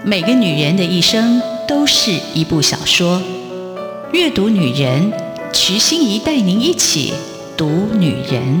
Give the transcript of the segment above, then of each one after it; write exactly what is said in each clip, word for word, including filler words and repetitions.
每个女人的一生都是一部小说，阅读女人，瞿欣怡带您一起读女人。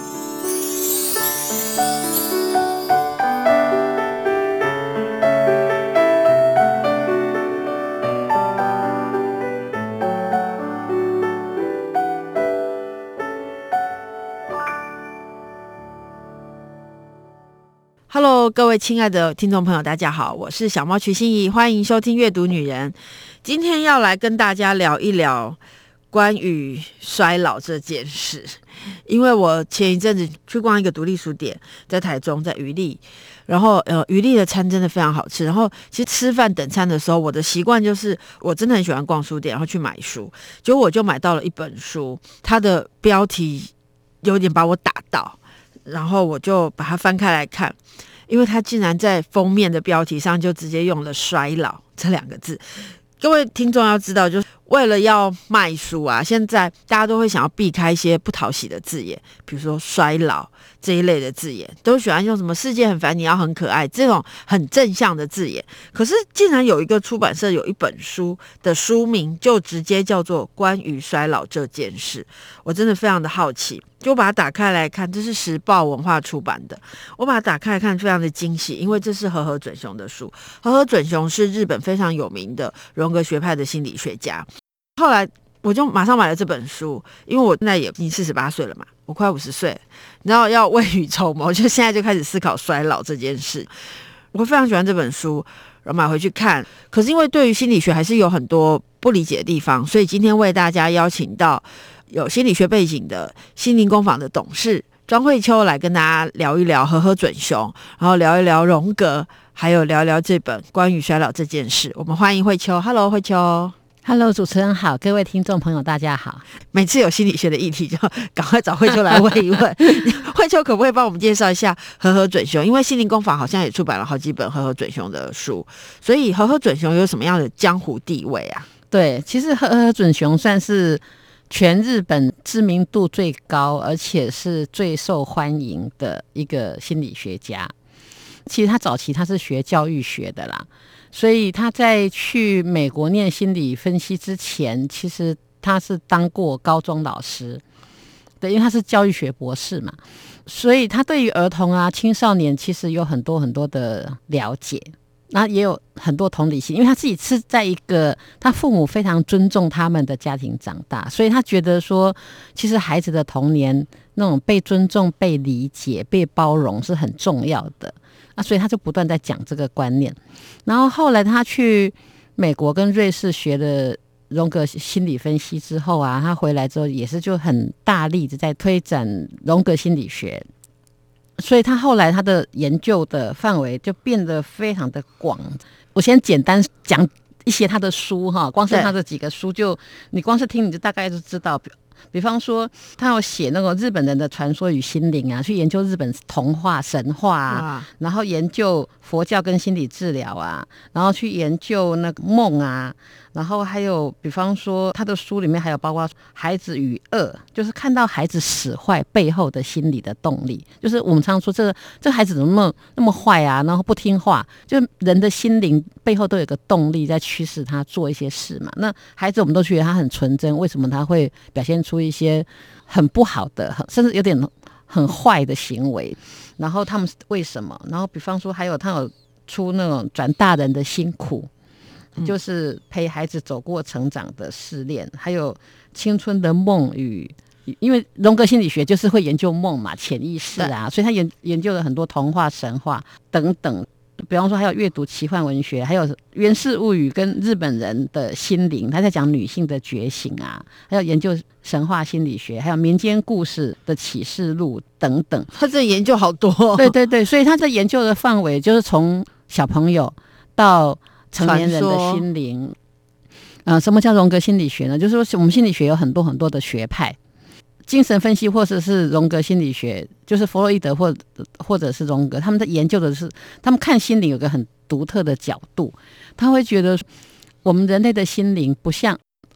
Hello， 各位亲爱的听众朋友，大家好，我是小猫瞿欣怡，欢迎收听阅读女人。今天要来跟大家聊一聊关于衰老这件事，因为我前一阵子去逛一个独立书店，在台中，在余力，然后呃，余力的餐真的非常好吃。然后其实吃饭等餐的时候，我的习惯就是我真的很喜欢逛书店，然后去买书。结果我就买到了一本书，它的标题有点把我打到。然后我就把它翻开来看，因为它竟然在封面的标题上就直接用了衰老这两个字。各位听众要知道，就是为了要卖书啊，现在大家都会想要避开一些不讨喜的字眼，比如说衰老这一类的字眼，都喜欢用什么世界很烦你要很可爱这种很正向的字眼。可是竟然有一个出版社有一本书的书名就直接叫做关于衰老这件事，我真的非常的好奇，就把它打开来看，这是时报文化出版的。我把它打开来看，非常的惊喜，因为这是和和准雄的书。和和准雄是日本非常有名的荣格学派的心理学家。后来我就马上买了这本书，因为我现在也已经四十八岁了嘛，我快五十岁了，然后要未雨绸缪，就现在就开始思考衰老这件事。我非常喜欢这本书，然后买回去看。可是因为对于心理学还是有很多不理解的地方，所以今天为大家邀请到有心理学背景的心灵工坊的董事庄慧秋来跟大家聊一聊和和准雄，然后聊一聊荣格，还有聊一聊这本关于衰老这件事。我们欢迎慧秋。 Hello 慧秋。 Hello， 主持人好，各位听众朋友大家好。 每次有心理学的议题就赶快找慧秋来问一问慧秋可不可以帮我们介绍一下和和准雄，因为心灵工坊好像也出版了好几本和和准雄的书，所以和和准雄有什么样的江湖地位啊？ 对，其实和和准雄算是全日本知名度最高而且是最受欢迎的一个心理学家。其实他早期他是学教育学的啦，所以他在去美国念心理分析之前，其实他是当过高中老师，对，因为他是教育学博士嘛，所以他对于儿童啊、青少年其实有很多很多的了解，那也有很多同理心，因为他自己是在一个他父母非常尊重他们的家庭长大，所以他觉得说，其实孩子的童年那种被尊重、被理解、被包容是很重要的。啊，所以他就不断在讲这个观念。然后后来他去美国跟瑞士学了荣格心理分析之后啊，他回来之后也是就很大力的在推展荣格心理学，所以他后来他的研究的范围就变得非常的广。我先简单讲一些他的书哈，光是他的几个书就你光是听你就大概就知道。比方说他有写那个日本人的传说与心灵啊，去研究日本童话神话啊，然后研究佛教跟心理治疗啊，然后去研究那个梦啊，然后还有比方说他的书里面还有包括孩子与恶，就是看到孩子使坏背后的心理的动力，就是我们常说这个这个孩子怎么那么那么坏啊，然后不听话，就人的心灵背后都有一个动力在驱使他做一些事嘛。那孩子我们都觉得他很纯真，为什么他会表现出一些很不好的甚至有点很坏的行为，然后他们为什么，然后比方说还有他有出那种转大人的辛苦，就是陪孩子走过成长的试炼，还有青春的梦与，因为荣格心理学就是会研究梦嘛，潜意识啊，所以他研研究了很多童话神话等等。比方说还有阅读奇幻文学，还有源氏物语跟日本人的心灵，他在讲女性的觉醒啊，还有研究神话心理学，还有民间故事的启示录等等。 他这研究好多、哦、 对对对，所以他在研究的范围就是从小朋友到成年人的心灵。呃，什么叫荣格心理学呢？就是说我们心理学有很多很多的学派，精神分析或者是荣格心理学，就是弗洛伊德或或者是荣格，他们在研究的是，他们看心灵有个很独特的角度，他会觉得我们人类的心灵不像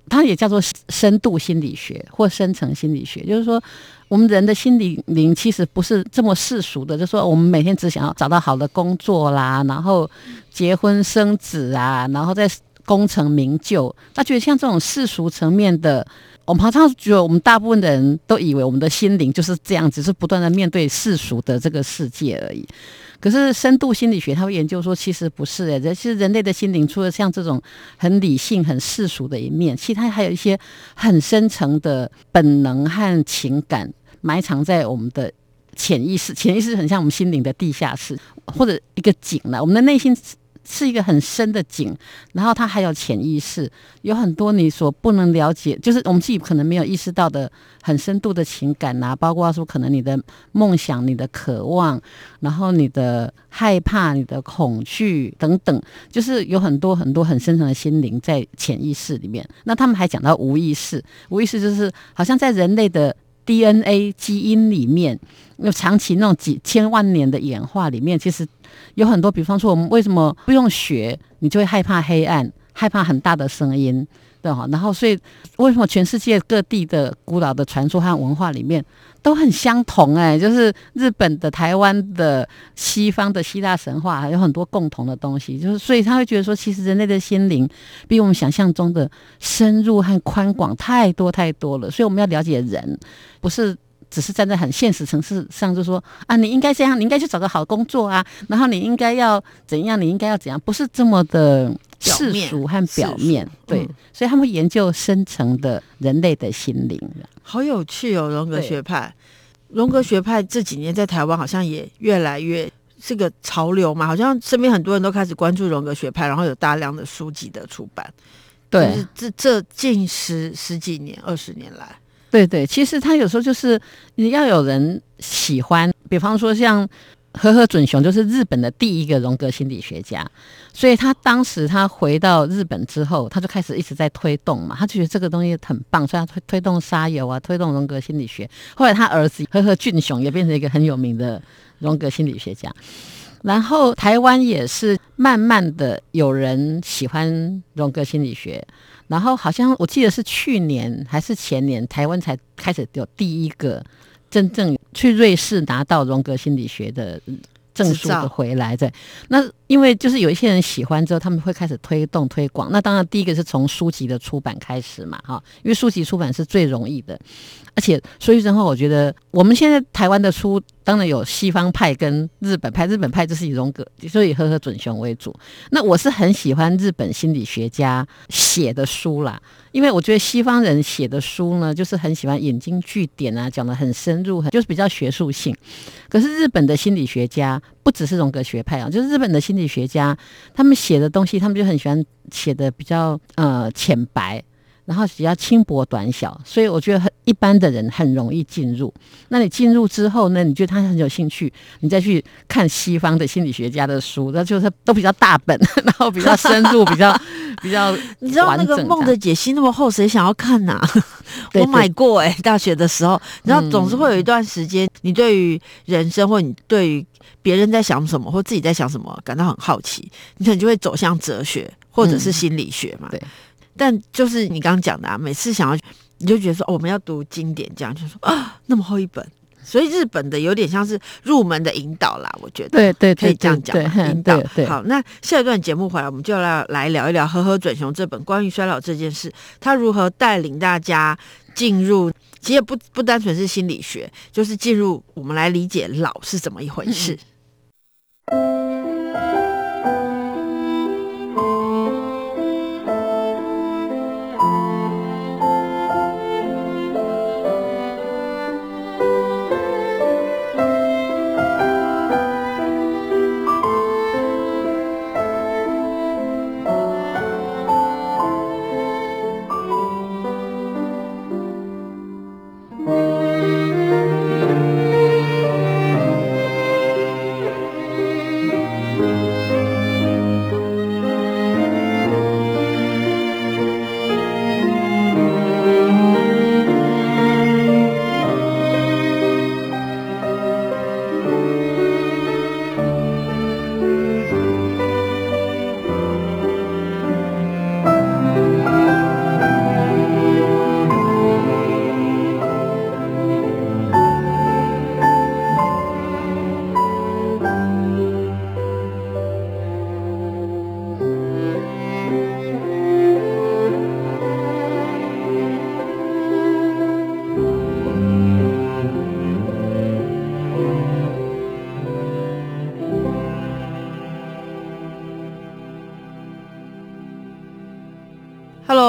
它也叫做深度心理学或深层心理学，就是说我们人的心理灵其实不是这么世俗的，就是说我们每天只想要找到好的工作啦，然后结婚生子啊，然后再功成名就。他觉得像这种世俗层面的，我们常常觉得我们大部分的人都以为我们的心灵就是这样，只是不断的面对世俗的这个世界而已。可是深度心理学他会研究说，其实不是诶，其实人类的心灵除了像这种很理性很世俗的一面，其实它还有一些很深层的本能和情感埋藏在我们的潜意识，潜意识很像我们心灵的地下室或者一个井了。我们的内心是一个很深的井，然后它还有潜意识，有很多你所不能了解，就是我们自己可能没有意识到的很深度的情感啊，包括说可能你的梦想、你的渴望，然后你的害怕、你的恐惧等等，就是有很多很多很深层的心灵在潜意识里面。那他们还讲到无意识，无意识就是好像在人类的D N A 基因里面，有长期那种几千万年的演化里面，其实有很多，比方说我们为什么不用学，你就会害怕黑暗，害怕很大的声音，对哈？然后所以为什么全世界各地的古老的传说和文化里面都很相同、欸？哎，就是日本的、台湾的、西方的希腊神话有很多共同的东西，就是所以他会觉得说，其实人类的心灵比我们想象中的深入和宽广太多太多了。所以我们要了解人，不是只是站在很现实层次上，就说啊，你应该这样，你应该去找个好工作啊，然后你应该要怎样，你应该要怎样，不是这么的世俗和表面。对、嗯，所以他们会研究深层的人类的心灵。 好有趣哦，荣格学派。荣格学派这几年在台湾好像也越来越是个潮流嘛，好像身边很多人都开始关注荣格学派，然后有大量的书籍的出版。 对， 就是这这近十十几年、二十年来。 对对，其实他有时候就是你要有人喜欢，比方说像和和准雄就是日本的第一个荣格心理学家，所以他当时他回到日本之后，他就开始一直在推动嘛，他就觉得这个东西很棒，所以他推推动沙游啊，推动荣格心理学。后来他儿子和和俊雄也变成一个很有名的荣格心理学家。然后台湾也是慢慢的有人喜欢荣格心理学，然后好像我记得是去年还是前年，台湾才开始有第一个真正去瑞士拿到荣格心理学的证书的回来。对，那因为就是有一些人喜欢之后，他们会开始推动推广。那当然第一个是从书籍的出版开始嘛，哈，因为书籍出版是最容易的。而且说句真话，我觉得我们现在台湾的书当然有西方派跟日本派，日本派就是以荣格，所以以和和准雄为主。那我是很喜欢日本心理学家写的书啦，因为我觉得西方人写的书呢，就是很喜欢引经据典啊，讲得很深入，就是比较学术性。可是日本的心理学家不只是荣格学派啊，就是日本的心理学家他们写的东西，他们就很喜欢写的比较呃浅白，然后比较轻薄短小，所以我觉得很一般的人很容易进入。那你进入之后呢，你觉得他很有兴趣，你再去看西方的心理学家的书，那就是都比较大本，然后比较深入，比较比较完整。 你知道那个《梦的解析》那么厚，谁想要看呐、啊？我买过哎、欸，大学的时候，你知道总是会有一段时间，你对于人生或你对于别人在想什么或自己在想什么感到很好奇，你可能就会走向哲学或者是心理学嘛。 嗯、对。 但就是你刚刚讲的啊，每次想要你就觉得说、哦、我们要读经典，这样就说啊那么厚一本，所以日本的有点像是入门的引导啦，我觉得对对对， 可以这样讲引导。 对对， 好，那下一段节目回来，我们就要来聊一聊和和准雄这本关于衰老这件事，他如何带领大家进入，其实也不不单纯是心理学，就是进入我们来理解老是怎么一回事。嗯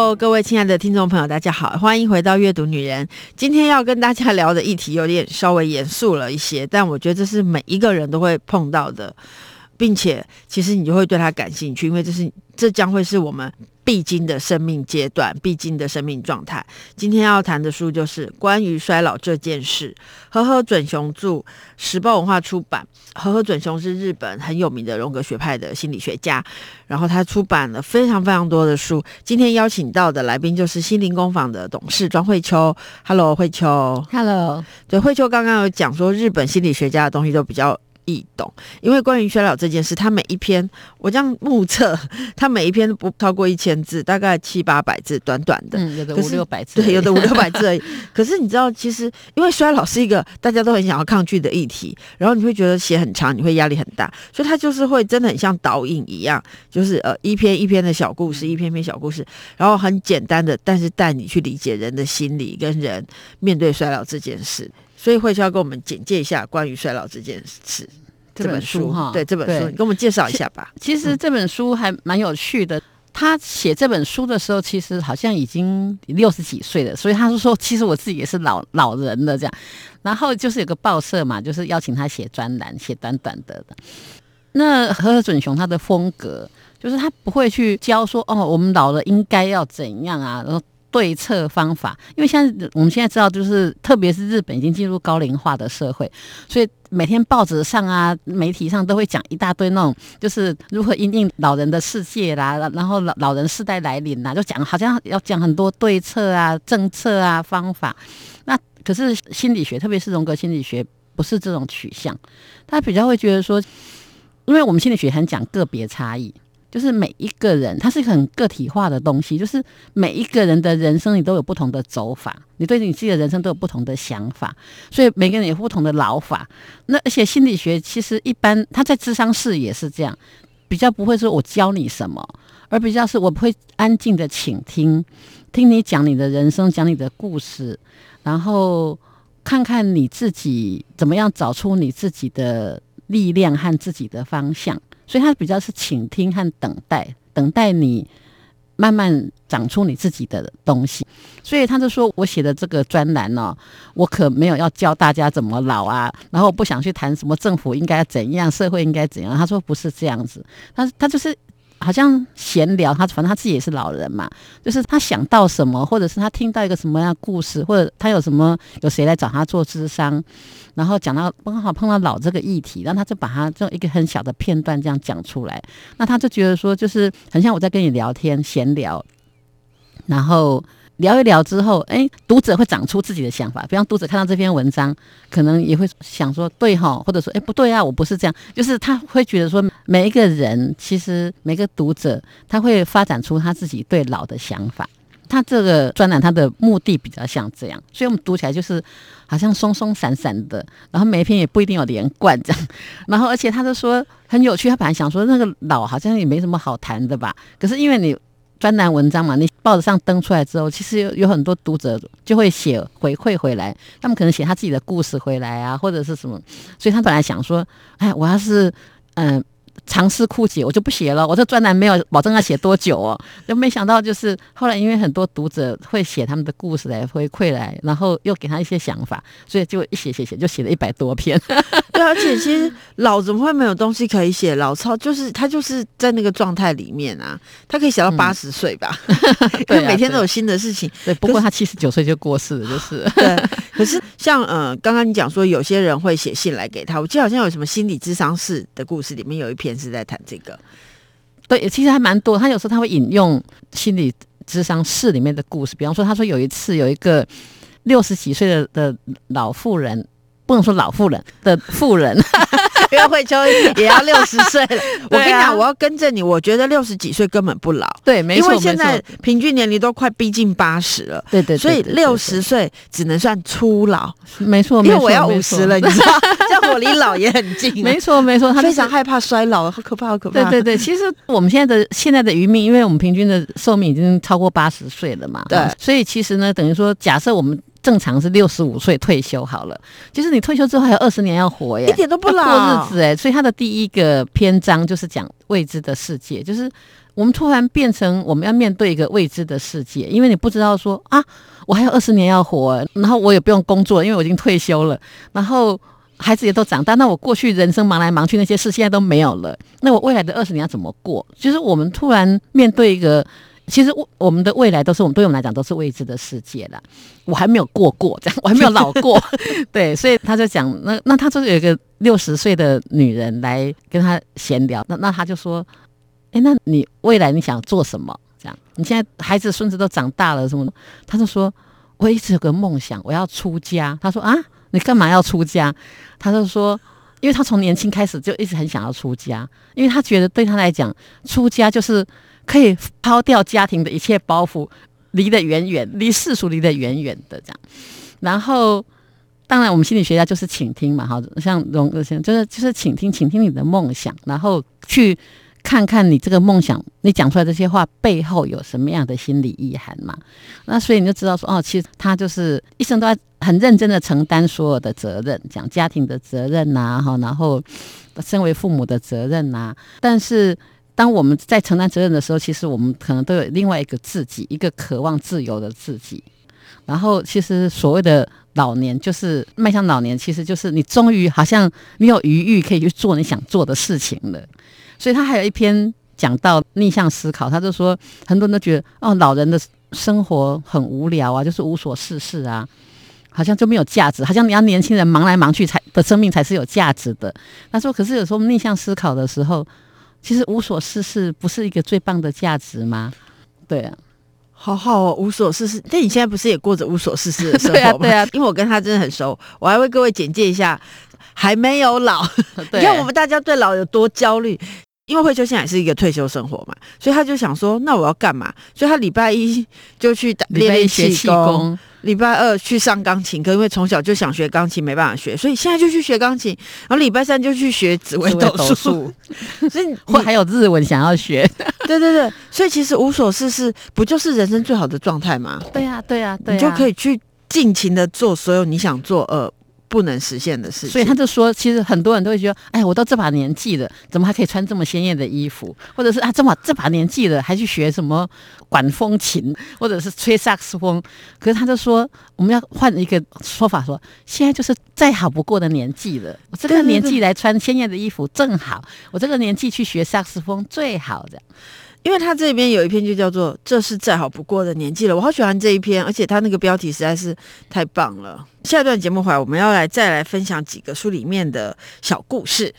Hello， 各位亲爱的听众朋友，大家好，欢迎回到阅读女人。今天要跟大家聊的议题有点稍微严肃了一些，但我觉得这是每一个人都会碰到的，并且其实你就会对它感兴趣，因为这是这将会是我们必经的生命阶段，必经的生命状态。今天要谈的书就是《关于衰老这件事》，和和准雄著，时报文化出版。和和准雄是日本很有名的荣格学派的心理学家，然后他出版了非常非常多的书。今天邀请到的来宾就是心灵工坊的董事庄慧秋。Hello， 慧秋。 Hello， 对，慧秋刚刚有讲说日本心理学家的东西都比较易懂，因为关于衰老这件事，他每一篇我这样目测，他每一篇都不超过一千字，大概七八百字，短短的， 嗯，有的五六百字， 对，有的五六百字而已。可是你知道，其实因为衰老是一个大家都很想要抗拒的议题，然后你会觉得写很长，你会压力很大，所以他就是会真的很像导引一样，就是呃一篇一篇的小故事，一篇篇小故事，然后很简单的，但是带你去理解人的心理跟人面对衰老这件事。所以慧秋要跟我们简介一下关于衰老这件事。 这本书哈， 对这本书，你跟我们介绍一下吧。 其实这本书还蛮有趣的。他写这本书的时候，其实好像已经六十几岁了，所以他就说，其实我自己也是老老人了这样。然后就是有个报社嘛，就是邀请他写专栏，写短短的的。那和和准雄他的风格，就是他不会去教说哦，我们老了应该要怎样啊，然后对策方法。因为现在我们现在知道，就是特别是日本已经进入高龄化的社会，所以每天报纸上啊、媒体上都会讲一大堆那种，就是如何因应老人的世界啦，然后老老人世代来临啦，就讲好像要讲很多对策啊、政策啊、方法。那可是心理学，特别是荣格心理学，不是这种取向，他比较会觉得说，因为我们心理学很讲个别差异。就是每一个人，它是一个很个体化的东西，就是每一个人的人生你都有不同的走法，你对你自己的人生都有不同的想法，所以每个人有不同的老法。那而且心理学其实一般，它在諮商室也是这样，比较不会说我教你什么，而比较是我会安静的倾听，听你讲你的人生，讲你的故事，然后看看你自己怎么样找出你自己的力量和自己的方向。所以他比较是倾听和等待，等待你慢慢长出你自己的东西。所以他就说，我写的这个专栏哦，我可没有要教大家怎么老啊，然后我不想去谈什么政府应该怎样，社会应该怎样。他说不是这样子，他他就是好像闲聊，他反正他自己也是老人嘛，就是他想到什么，或者是他听到一个什么样的故事，或者他有什么有谁来找他做諮商，然后讲到刚好碰到老这个议题，然后他就把他这一个很小的片段这样讲出来，那他就觉得说，就是很像我在跟你聊天闲聊，然后聊一聊之后，哎，读者会长出自己的想法。比方读者看到这篇文章，可能也会想说，对哈，或者说，哎，不对啊，我不是这样。就是他会觉得说，每一个人其实每个读者，他会发展出他自己对老的想法。他这个专栏，他的目的比较像这样，所以我们读起来就是好像松松散散的，然后每一篇也不一定有连贯这样。然后而且他就说很有趣，他本来想说那个老好像也没什么好谈的吧，可是因为你专栏文章嘛，你报纸上登出来之后，其实 有, 有很多读者就会写回馈回来，他们可能写他自己的故事回来啊，或者是什么，所以他本来想说，哎，我要是嗯。呃尝试枯竭，我就不写了。我这专栏没有保证要写多久哦，就没想到就是后来因为很多读者会写他们的故事来回馈来，然后又给他一些想法，所以就一写写写就写了一百多篇。 对，而且其实老怎么会没有东西可以写？老超就是他就是在那个状态里面啊，他可以写到八十岁吧，嗯因为每天都有新的事情。 对，不过他七十九岁就过世了，就是。 对，可是像呃，刚刚你讲说有些人会写信来给他，我记得好像有什么心理諮商室的故事，里面有一篇是在谈这个。 对，其实还蛮多。他有时候他会引用心理諮商室里面的故事，比方说他说有一次有一个六十几岁的的老妇人，不能说老妇人的妇人。 因为慧秋也要六十岁了，我跟你讲，我要更正你，我觉得六十几岁根本不老， 对，没错， 因为现在平均年龄都快逼近八十了， 对 对, 对, 对, 对, 对, 所以六十岁只能算初老， 没错， 因为我要五十了，你知道，这样我离老也很近， 没错没错，他非常害怕衰老，好可怕，好可怕。 对对对，其实我们现在的现在的余命，因为我们平均的寿命已经超过八十岁了嘛， 对， 所以其实呢，等于说，假设我们正常是六十五岁退休好了，其实你退休之后还有二十年要活耶， 一点都不老， 过日子哎。所以他的第一个篇章就是讲未知的世界，就是我们突然变成我们要面对一个未知的世界，因为你不知道说啊，我还有二十年要活，然后我也不用工作，因为我已经退休了，然后孩子也都长大，那我过去人生忙来忙去那些事现在都没有了，那我未来的二十年要怎么过？就是我们突然面对一个，其实我们的未来都是我们对我们来讲都是未知的世界啦。我还没有过过，这样我还没有老过，对，所以他就讲，那那他就有一个六十岁的女人来跟他闲聊，那那他就说，哎，那你未来你想做什么？这样，你现在孩子孙子都长大了什么的？他就说，我一直有个梦想，我要出家。他说啊，你干嘛要出家？他就说，因为他从年轻开始就一直很想要出家，因为他觉得对他来讲，出家就是可以抛掉家庭的一切包袱，离得远远，离世俗离得远远的这样。然后，当然我们心理学家就是倾听嘛，好像荣哥先就是就是倾听，倾听你的梦想，然后去看看你这个梦想，你讲出来这些话背后有什么样的心理意涵嘛？那所以你就知道说，哦，其实他就是一生都在很认真的承担所有的责任，讲家庭的责任呐、啊，然后身为父母的责任呐、啊。但是当我们在承担责任的时候，其实我们可能都有另外一个自己，一个渴望自由的自己。然后其实所谓的老年，就是迈向老年，其实就是你终于好像你有余裕可以去做你想做的事情了。所以他还有一篇讲到逆向思考，他就说很多人都觉得哦，老人的生活很无聊啊，就是无所事事啊，好像就没有价值，好像你要年轻人忙来忙去才的生命才是有价值的。他说可是有时候逆向思考的时候，其实无所事事不是一个最棒的价值吗？对啊， 好好哦，无所事事。但你现在不是也过着无所事事的生活吗？ 对啊，对啊， 因为我跟他真的很熟，我还为各位简介一下，还没有老。你看我们大家对老有多焦虑。因为慧秋现在也是一个退休生活嘛，所以他就想说，那我要干嘛？所以他礼拜一就去练练气功，礼拜二去上钢琴课，因为从小就想学钢琴，没办法学，所以现在就去学钢琴。然后礼拜三就去学紫微斗数，所以或还有日文想要学。 对对对，所以其实无所事事不就是人生最好的状态吗？ 对啊，对啊，对啊， 你就可以去尽情的做所有你想做呃不能实现的事情。 所以他就说，其实很多人都会觉得，哎，我都这把年纪了，怎么还可以穿这么鲜艳的衣服？或者是啊，这么这把年纪了，还去学什么管风琴，或者是吹萨克斯风？可是他就说，我们要换一个说法说，现在就是再好不过的年纪了。我这个年纪来穿鲜艳的衣服正好，我这个年纪去学萨克斯风最好的。 因为他这边有一篇就叫做这是再好不过的年纪了，我好喜欢这一篇，而且他那个标题实在是太棒了。下一段节目回来，我们要来再来分享几个书里面的小故事。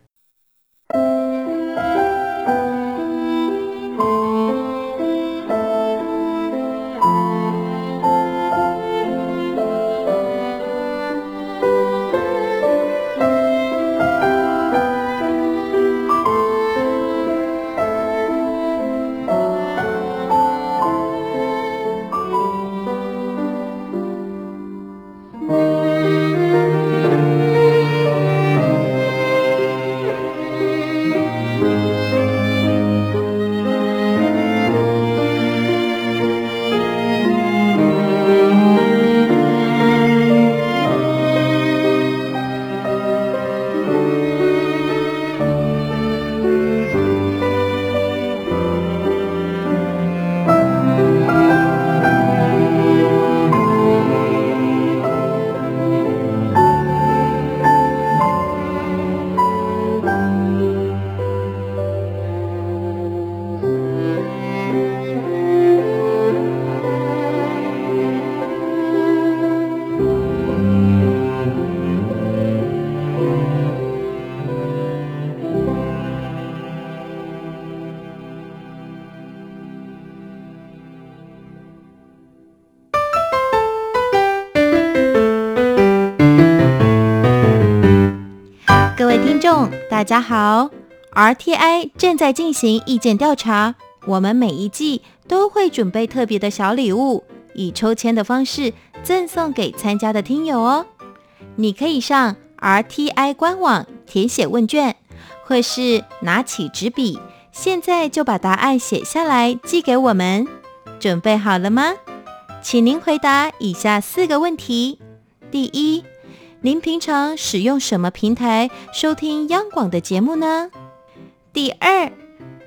大家好 ，R T I 正在进行意见调查，我们每一季都会准备特别的小礼物，以抽签的方式赠送给参加的听友哦。你可以上 R T I 官网填写问卷，或是拿起纸笔，现在就把答案写下来寄给我们。准备好了吗？请您回答以下四个问题。第一，您平常使用什么平台收听央广的节目呢？第二，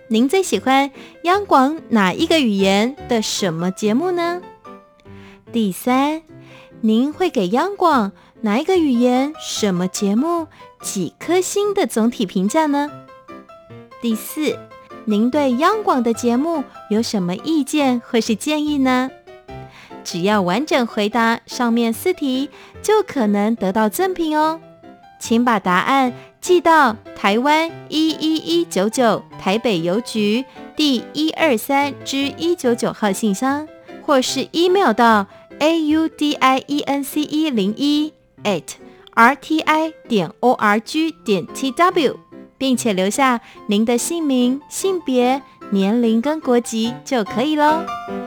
您最喜欢央广哪一个语言的什么节目呢？第三，您会给央广哪一个语言什么节目几颗星的总体评价呢？第四，您对央广的节目有什么意见或是建议呢？只要完整回答上面四题，就可能得到赠品哦。请把答案寄到台湾一一一九九台北邮局第一二三之一九九号信箱，或是 email 到 a u d i e n c e 零一 at r t i 点 o r g 点 t w， 并且留下您的姓名、性别、年龄跟国籍就可以咯。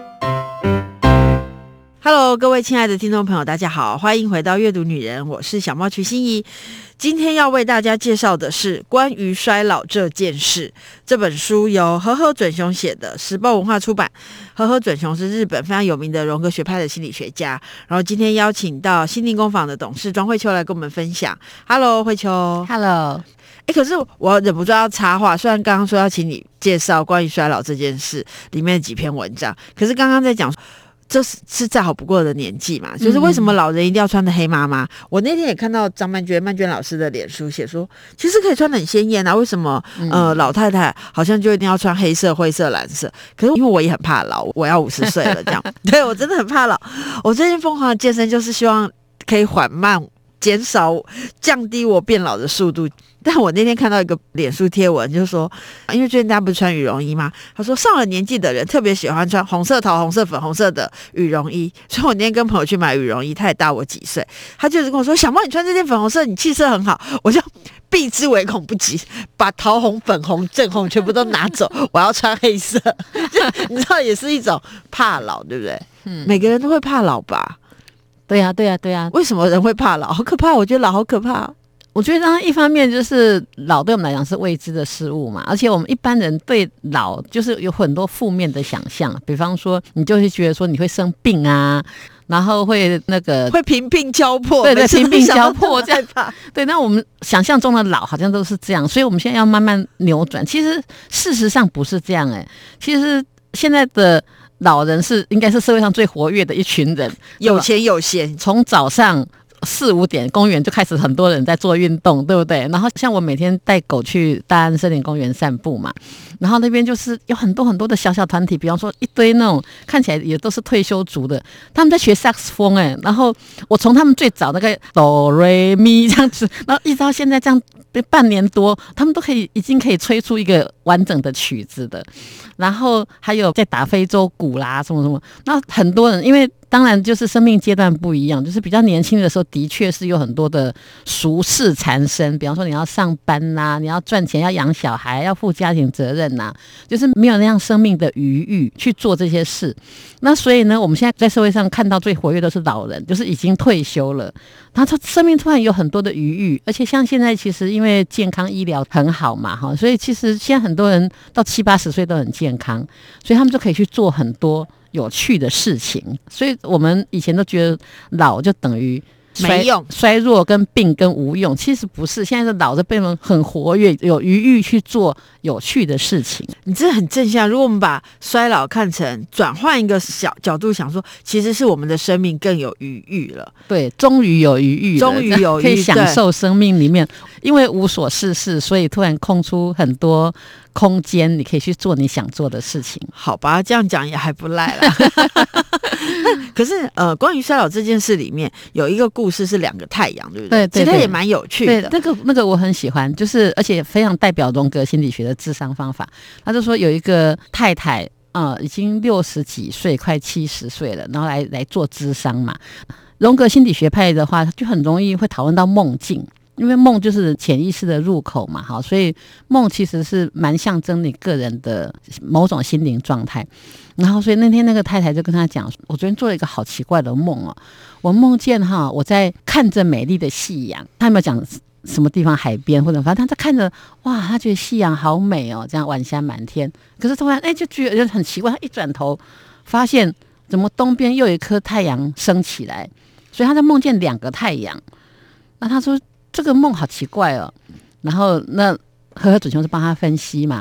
Hello， 各位亲爱的听众朋友，大家好，欢迎回到阅读女人，我是小猫瞿欣怡。今天要为大家介绍的是《关于衰老这件事》这本书，由和和准雄写的，时报文化出版。和和准雄是日本非常有名的荣格学派的心理学家，然后今天邀请到心灵工坊的董事庄慧秋来跟我们分享。Hello， 慧秋。 Hello。 哎，可是我忍不住要插话，虽然刚刚说要请你介绍关于衰老这件事里面的几篇文章，可是刚刚在讲这是是再好不过的年纪嘛，就是为什么老人一定要穿的黑妈妈、嗯、我那天也看到张曼娟曼娟老师的脸书写说，其实可以穿得很鲜艳啊，为什么、嗯、呃老太太好像就一定要穿黑色灰色蓝色？可是因为我也很怕老，我要五十岁了这样对，我真的很怕老。我最近疯狂的健身就是希望可以缓慢减少降低我变老的速度。但我那天看到一个脸书贴文，就是说，因为最近大家不是穿羽绒衣吗？他说上了年纪的人特别喜欢穿红色、桃红色、粉红色的羽绒衣，所以我那天跟朋友去买羽绒衣，他也大我几岁，他就是跟我说：“小猫，你穿这件粉红色，你气色很好。”我就避之唯恐不及，把桃红、粉红、正红全部都拿走，我要穿黑色。你知道，也是一种怕老，对不对？嗯，每个人都会怕老吧？ 对呀、啊，对呀、啊，对呀、啊。 为什么人会怕老？好可怕！我觉得老好可怕。 我觉得当然一方面就是老对我们来讲是未知的事物嘛，而且我们一般人对老就是有很多负面的想象，比方说你就会觉得说你会生病啊，然后会那个会贫病交迫， 对对，贫病交迫这样。对，那我们想象中的老好像都是这样，所以我们现在要慢慢扭转。其实事实上不是这样哎、欸，其实现在的老人是应该是社会上最活跃的一群人， 有钱有闲， 从早上四五点公园就开始很多人在做运动，对不对？然后像我每天带狗去大安森林公园散步嘛，然后那边就是有很多很多的小小团体，比方说一堆那种看起来也都是退休族的，他们在学萨克斯风哎，然后我从他们最早那个哆瑞咪这样子，然后一直到现在这样半年多，他们都可以已经可以吹出一个完整的曲子的，然后还有在打非洲鼓啦什么什么，那很多人因为。当然就是生命阶段不一样，就是比较年轻的时候的确是有很多的俗事缠身，比方说你要上班啊，你要赚钱，要养小孩，要负家庭责任啊，就是没有那样生命的余裕去做这些事。那所以呢，我们现在在社会上看到最活跃的是老人，就是已经退休了，他生命突然有很多的余裕，而且像现在其实因为健康医疗很好嘛，所以其实现在很多人到七八十岁都很健康，所以他们就可以去做很多有趣的事情，所以我们以前都觉得老就等于没用、 衰弱跟病跟无用，其实不是。现在的老的辈人很活跃，有余裕去做有趣的事情。 你这很正向。如果我们把衰老看成转换一个小角度想说，其实是我们的生命更有余裕了。 对，终于有余裕了， 终于有余， 可以享受生命里面，因为无所事事，所以突然空出很多空间，你可以去做你想做的事情。 好吧，这样讲也还不赖啦。可是呃，关于衰老这件事里面有一个故事是两个太阳，对不对？ 对对对， 其实也蛮有趣的。 对，那个那个我很喜欢，就是而且非常代表荣格心理学的智商方法。他就说有一个太太啊、呃，已经六十几岁，快七十岁了，然后来来做智商嘛。荣格心理学派的话，就很容易会讨论到梦境。因为梦就是潜意识的入口嘛，好，所以梦其实是蛮象征你个人的某种心灵状态。然后，所以那天那个太太就跟他讲，我昨天做了一个好奇怪的梦哦，我梦见哈我在看着美丽的夕阳，他有没有讲什么地方海边或者反正他在看着，哇，他觉得夕阳好美哦，这样晚霞满天。可是突然哎就觉得很奇怪，他一转头发现怎么东边又有一颗太阳升起来，所以他在梦见两个太阳。那他说。这个梦好奇怪哦，然后那和和准雄是帮他分析嘛，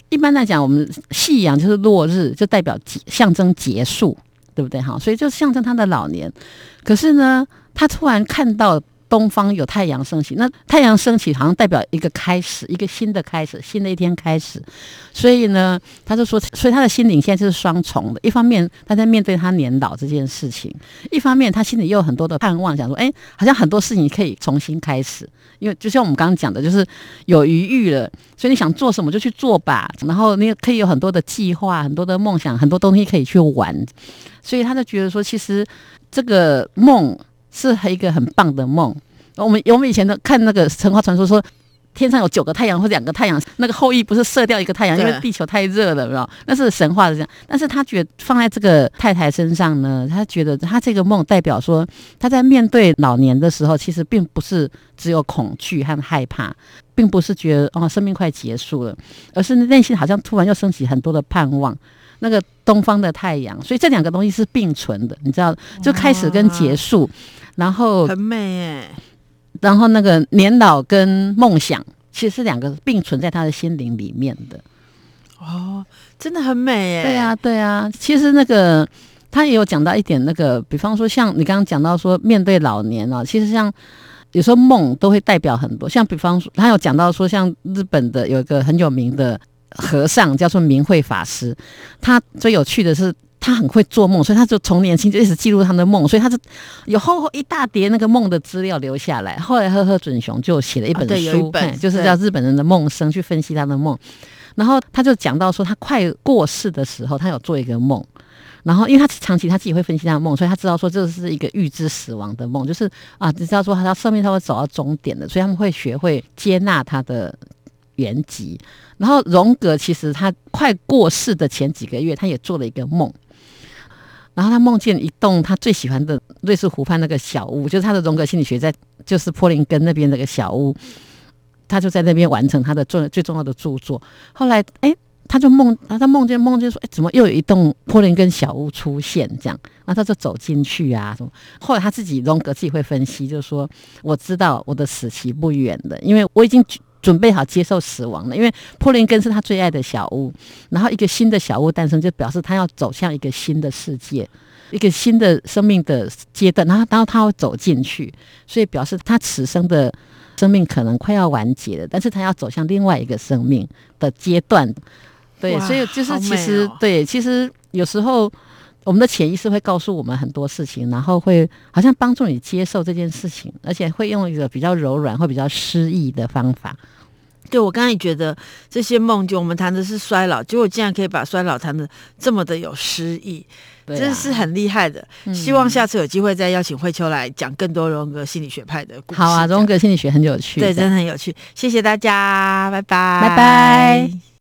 一般来讲，我们夕阳就是落日，就代表象征结束，对不对？哈，所以就象征他的老年。可是呢，他突然看到东方有太阳升起，那太阳升起好像代表一个开始，一个新的开始，新的一天开始。所以呢，他就说，所以他的心灵现在就是双重的。一方面他在面对他年老这件事情，一方面他心里又有很多的盼望，想说，哎，好像很多事情可以重新开始。因为就像我们刚刚讲的，就是有余裕了，所以你想做什么就去做吧。然后你可以有很多的计划，很多的梦想，很多东西可以去玩。所以他就觉得说，其实这个梦是一个很棒的梦。我们我们以前的看那个神话传说说，天上有九个太阳或两个太阳，那个后羿不是射掉一个太阳，因为地球太热了，有没有？那是神话的这样。但是他觉得放在这个太太身上呢，他觉得他这个梦代表说，他在面对老年的时候，其实并不是只有恐惧和害怕，并不是觉得哦生命快结束了，而是内心好像突然又升起很多的盼望。那个东方的太阳，所以这两个东西是并存的，你知道，就开始跟结束，然后很美耶。 然后那个年老跟梦想，其实是两个并存在他的心灵里面的。 哦，真的很美耶。 对啊，对啊。其实那个他也有讲到一点，那个比方说像你刚刚讲到说面对老年啊，其实像有时候梦都会代表很多。像比方说他有讲到说，像日本的有一个很有名的和尚叫做明慧法师，他最有趣的是他很会做梦，所以他就从年轻就一直记录他的梦，所以他就有厚厚一大叠那个梦的资料留下来。后来赫赫准雄就写了一本书， 哦、有一本就是叫《日本人的梦声》，去分析他的梦。然后他就讲到说，他快过世的时候，他有做一个梦。然后因为他长期他自己会分析他的梦，所以他知道说这是一个预知死亡的梦，就是啊，知道说他生命他会走到终点的，所以他们会学会接纳他的原籍。然后荣格其实他快过世的前几个月，他也做了一个梦，然后他梦见一栋他最喜欢的瑞士湖畔那个小屋，就是他的荣格心理学在就是波林根那边那个小屋，他就在那边完成他的最最重要的著作。后来哎，他就梦他梦见梦见说，哎，怎么又有一栋波林根小屋出现这样？然后他就走进去啊什么。后来他自己荣格自己会分析，就是说我知道我的死期不远了，因为我已经准备好接受死亡了，因为波林根是他最爱的小屋，然后一个新的小屋诞生，就表示他要走向一个新的世界，一个新的生命的阶段，然后然后他会走进去，所以表示他此生的生命可能快要完结了，但是他要走向另外一个生命的阶段。对，所以就是其实、哦、对，其实有时候我们的潜意识会告诉我们很多事情，然后会好像帮助你接受这件事情，而且会用一个比较柔软或比较诗意的方法。 对，我刚才也觉得这些梦，就我们谈的是衰老，结果竟然可以把衰老谈的这么的有诗意，真的、啊、是很厉害的、嗯。希望下次有机会再邀请慧秋来讲更多荣格心理学派的故事。 好啊，荣格心理学很有趣， 对，真的很有趣。谢谢大家，拜拜， 拜拜。